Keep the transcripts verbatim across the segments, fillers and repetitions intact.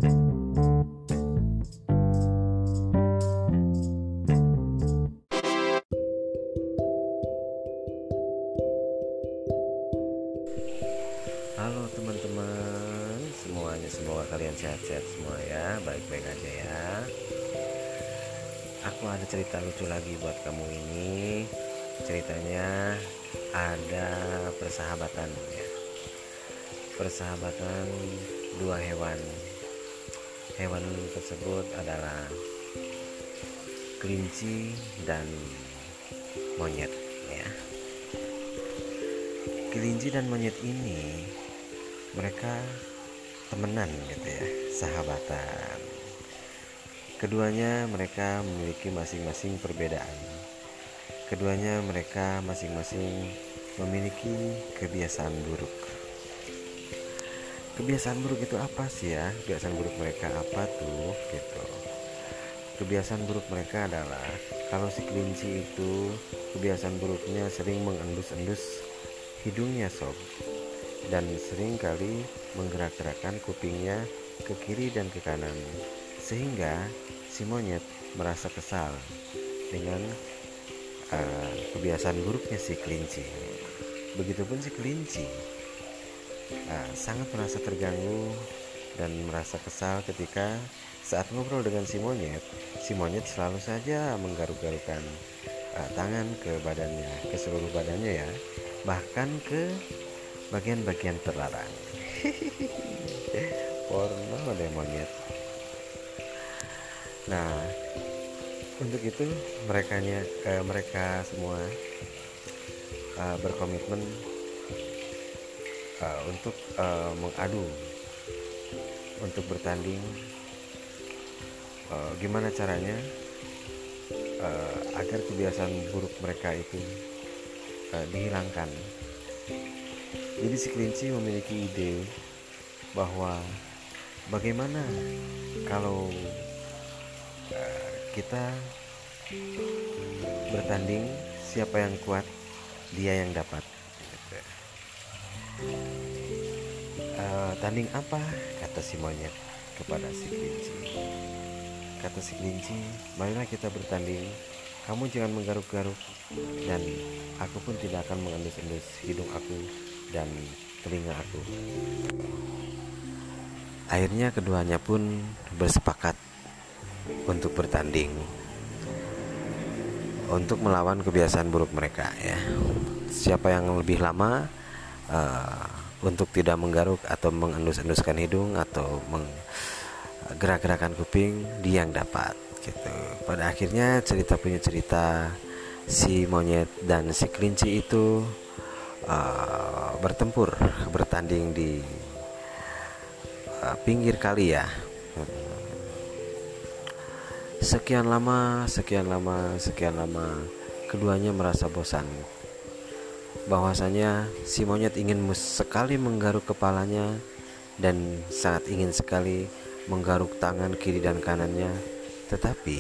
Halo teman-teman semuanya, semoga kalian sehat-sehat semua ya, baik-baik aja ya. Aku ada cerita lucu lagi buat kamu ini. Ceritanya ada persahabatan ya. Persahabatan dua hewan. Hewan tersebut adalah kelinci dan monyet ya. Kelinci dan monyet ini mereka temenan gitu ya, sahabatan. Keduanya mereka memiliki masing-masing perbedaan. Keduanya mereka masing-masing memiliki kebiasaan buruk. Kebiasaan buruk itu apa sih ya? Kebiasaan buruk mereka apa tuh gitu. Kebiasaan buruk mereka adalah kalau si kelinci itu kebiasaan buruknya sering mengendus-endus hidungnya sob, dan sering kali menggerak-gerakkan kupingnya ke kiri dan ke kanan, sehingga si monyet merasa kesal dengan uh, kebiasaan buruknya si kelinci. Begitupun si kelinci uh, sangat merasa terganggu dan merasa kesal ketika saat ngobrol dengan si monyet. Si monyet selalu saja menggaruk-garukan uh, tangan ke badannya, ke seluruh badannya ya, bahkan ke bagian-bagian terlarang. Porno deh monyet. Nah, untuk itu mereka eh, mereka semua uh, berkomitmen uh, untuk uh, mengadu, untuk bertanding. Uh, gimana caranya uh, agar kebiasaan buruk mereka itu uh, dihilangkan. Jadi si kelinci memiliki ide bahwa bagaimana kalau uh, kita bertanding, siapa yang kuat dia yang dapat. Uh, tanding apa? Kata si monyet kepada si kelinci. Kata si kelinci, marilah kita bertanding. Kamu jangan menggaruk-garuk dan aku pun tidak akan mengendus-endus hidung aku dan telinga aku. Akhirnya keduanya pun bersepakat untuk bertanding, untuk melawan kebiasaan buruk mereka ya. Siapa yang lebih lama uh, untuk tidak menggaruk atau mengendus-enduskan hidung atau menggerak-gerakan kuping, dia yang dapat gitu. Pada akhirnya cerita punya cerita, si monyet dan si kelinci itu uh, bertempur, bertanding di uh, pinggir kali ya. Sekian lama, sekian lama, sekian lama, keduanya merasa bosan. Bahwasanya si monyet ingin sekali menggaruk kepalanya dan sangat ingin sekali menggaruk tangan kiri dan kanannya. Tetapi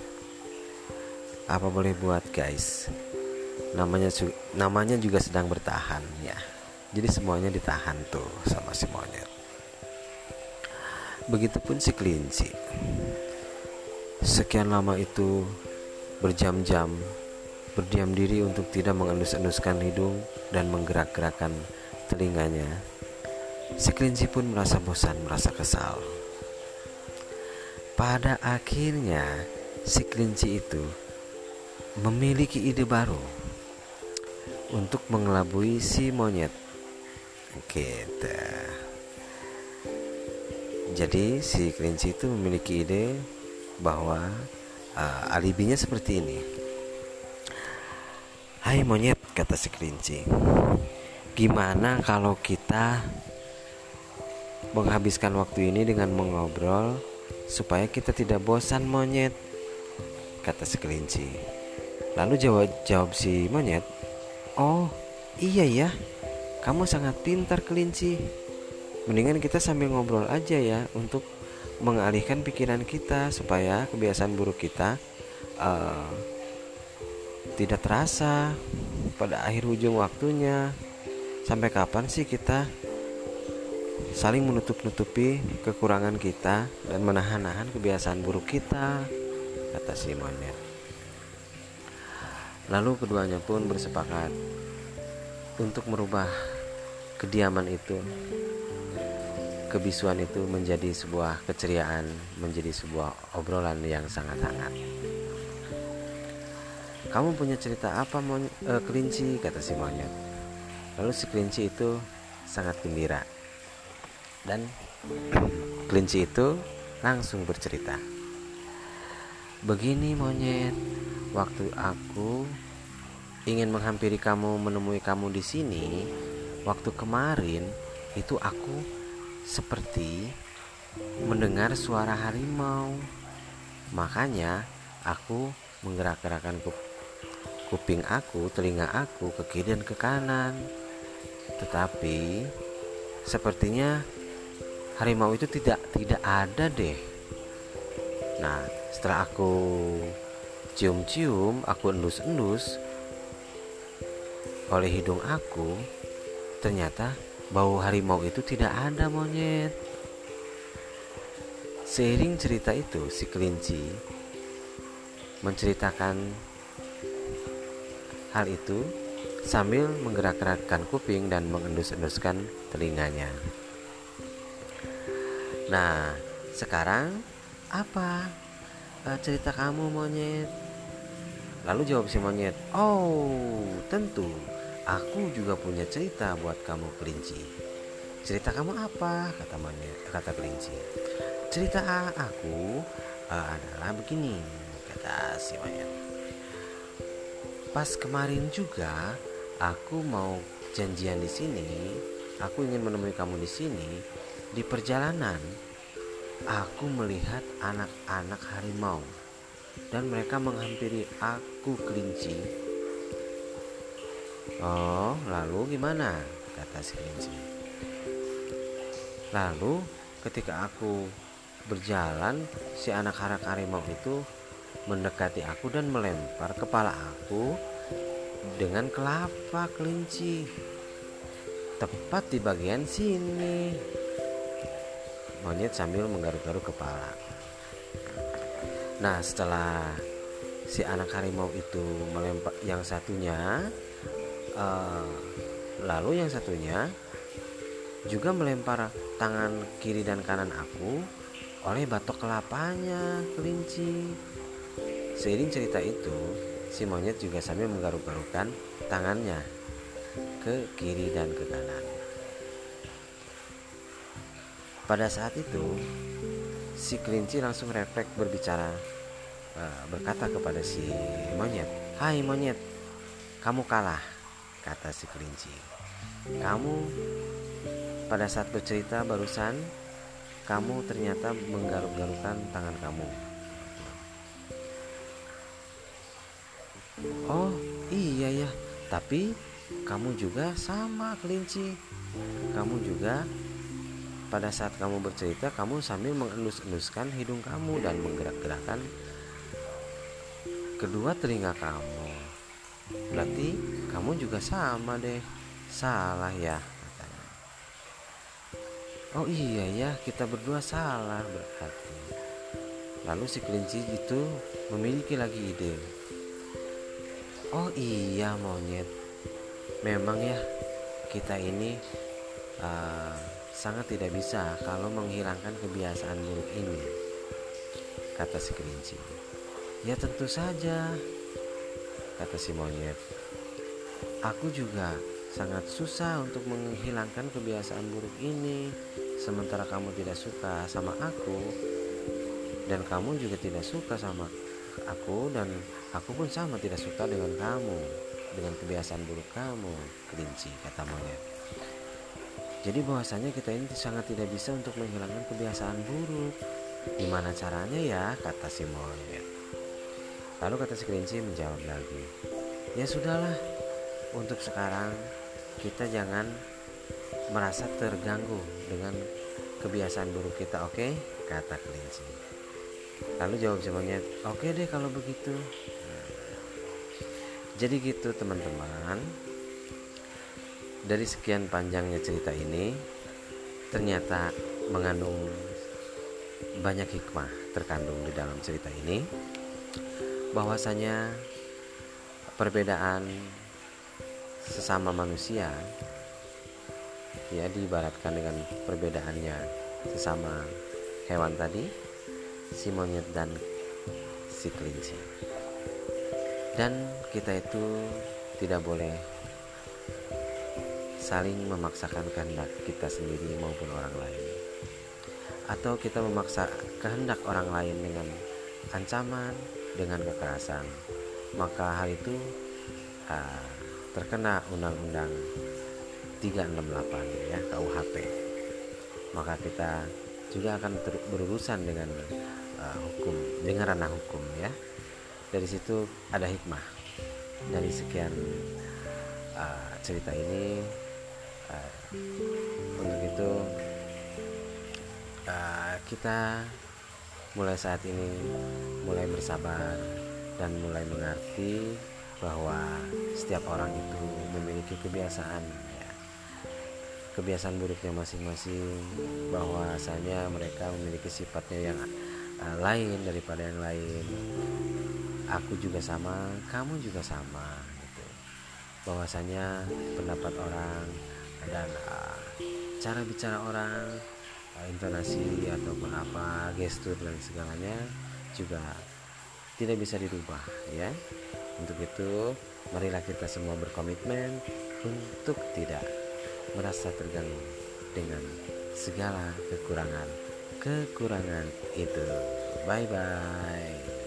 apa boleh buat guys, namanya namanya juga sedang bertahan ya. Jadi semuanya ditahan tuh sama si monyet. Begitupun si kelinci. Sekian lama itu berjam-jam berdiam diri untuk tidak mengendus-enduskan hidung dan menggerak-gerakkan telinganya. Si kelinci pun merasa bosan, merasa kesal. Pada akhirnya si kelinci itu memiliki ide baru untuk mengelabui si monyet. Gitu. Jadi si kelinci itu memiliki ide bahwa uh, alibinya seperti ini. Hai monyet, kata si kelinci, gimana kalau kita menghabiskan waktu ini dengan mengobrol supaya kita tidak bosan monyet, kata si kelinci. Lalu jawab, jawab si monyet, oh iya ya, kamu sangat pintar kelinci. Mendingan kita sambil ngobrol aja ya, untuk mengalihkan pikiran kita supaya kebiasaan buruk kita uh, tidak terasa pada akhir ujung waktunya. Sampai kapan sih kita saling menutup-nutupi kekurangan kita dan menahan-nahan kebiasaan buruk kita, kata si monyet. Lalu keduanya pun bersepakat untuk merubah kediaman itu, kebisuan itu menjadi sebuah keceriaan, menjadi sebuah obrolan yang sangat hangat. Kamu punya cerita apa mon- eh, kelinci, kata si monyet. Lalu si kelinci itu sangat gembira. Dan kelinci itu langsung bercerita. Begini monyet, waktu aku ingin menghampiri kamu, menemui kamu di sini, waktu kemarin itu aku seperti mendengar suara harimau. Makanya aku menggerak-gerakkan kuping aku, telinga aku ke kiri dan ke kanan. Tetapi sepertinya harimau itu tidak tidak ada deh. Nah, setelah aku cium-cium, aku endus-endus oleh hidung aku, ternyata bau harimau itu tidak ada monyet. Seiring cerita itu, si kelinci menceritakan hal itu sambil menggerak-gerakkan kuping dan mengendus-enduskan telinganya. Nah, sekarang apa uh, cerita kamu monyet? Lalu jawab si monyet, oh tentu, aku juga punya cerita buat kamu kelinci. Cerita kamu apa? Kata monyet, kata kelinci. Cerita aku uh, adalah begini, kata si monyet. Pas kemarin juga aku mau janjian di sini, aku ingin menemui kamu di sini. Di perjalanan, aku melihat anak-anak harimau dan mereka menghampiri aku kelinci. Oh, lalu gimana? Kata si kelinci. Lalu ketika aku berjalan, si anak-anak harimau itu mendekati aku dan melempar kepala aku dengan kelapa kelinci, tepat di bagian sini. Monyet sambil menggaruk-garuk kepala. Nah, setelah si anak harimau itu melempar yang satunya, uh, lalu yang satunya juga melempar tangan kiri dan kanan aku oleh batok kelapanya kelinci. Seiring cerita itu, si monyet juga sambil menggaruk-garukkan tangannya ke kiri dan ke kanan. Pada saat itu, si kelinci langsung refleks berbicara, uh, berkata kepada si monyet, "Hai monyet, kamu kalah," kata si kelinci. "Kamu pada saat bercerita barusan, kamu ternyata menggaruk-garukkan tangan kamu." "Oh iya ya, tapi kamu juga sama kelinci. Kamu juga pada saat kamu bercerita, kamu sambil mengendus-enduskan hidung kamu dan menggerak-gerakkan kedua telinga kamu. Berarti kamu juga sama deh." "Salah ya," katanya. "Oh iya ya, kita berdua salah berarti." Lalu si kelinci itu memiliki lagi ide. "Oh iya monyet, memang ya kita ini uh, sangat tidak bisa kalau menghilangkan kebiasaan buruk ini," kata si kelinci. "Ya tentu saja," kata si monyet. "Aku juga sangat susah untuk menghilangkan kebiasaan buruk ini. Sementara kamu tidak suka sama aku, dan kamu juga tidak suka sama aku, dan aku pun sama tidak suka dengan kamu, dengan kebiasaan buruk kamu, kelinci," kata monyet. "Jadi bahwasanya kita ini sangat tidak bisa untuk menghilangkan kebiasaan buruk. Gimana caranya ya?" kata si monyet. Lalu kata si kelinci menjawab lagi, "Ya sudahlah, untuk sekarang kita jangan merasa terganggu dengan kebiasaan buruk kita, oke?" kata kelinci. Lalu jawab si monyet, "Oke deh kalau begitu." Nah, jadi gitu teman-teman. Dari sekian panjangnya cerita ini, ternyata mengandung banyak hikmah terkandung di dalam cerita ini, bahwasanya perbedaan sesama manusia ya diibaratkan dengan perbedaannya sesama hewan tadi, si monyet dan si kelinci. Dan kita itu tidak boleh saling memaksakan kehendak kita sendiri maupun orang lain, atau kita memaksa kehendak orang lain dengan ancaman, dengan kekerasan, maka hal itu uh, terkena Undang-Undang tiga enam delapan ya, K U H P. Maka kita juga akan ter- berurusan dengan uh, hukum, dengan ranah hukum ya. Dari situ ada hikmah dari sekian uh, cerita ini. Uh, untuk itu uh, kita mulai saat ini mulai bersabar dan mulai mengerti bahwa setiap orang itu memiliki kebiasaan ya, kebiasaan buruknya masing-masing, bahwasanya mereka memiliki sifatnya yang uh, lain daripada yang lain. Aku juga sama, kamu juga sama gitu. Bahwasanya pendapat orang dan uh, cara bicara orang, uh, intonasi ataupun apa, gestur dan segalanya juga tidak bisa dirubah ya. Untuk itu marilah kita semua berkomitmen untuk tidak merasa terganggu dengan segala kekurangan kekurangan itu. Bye bye.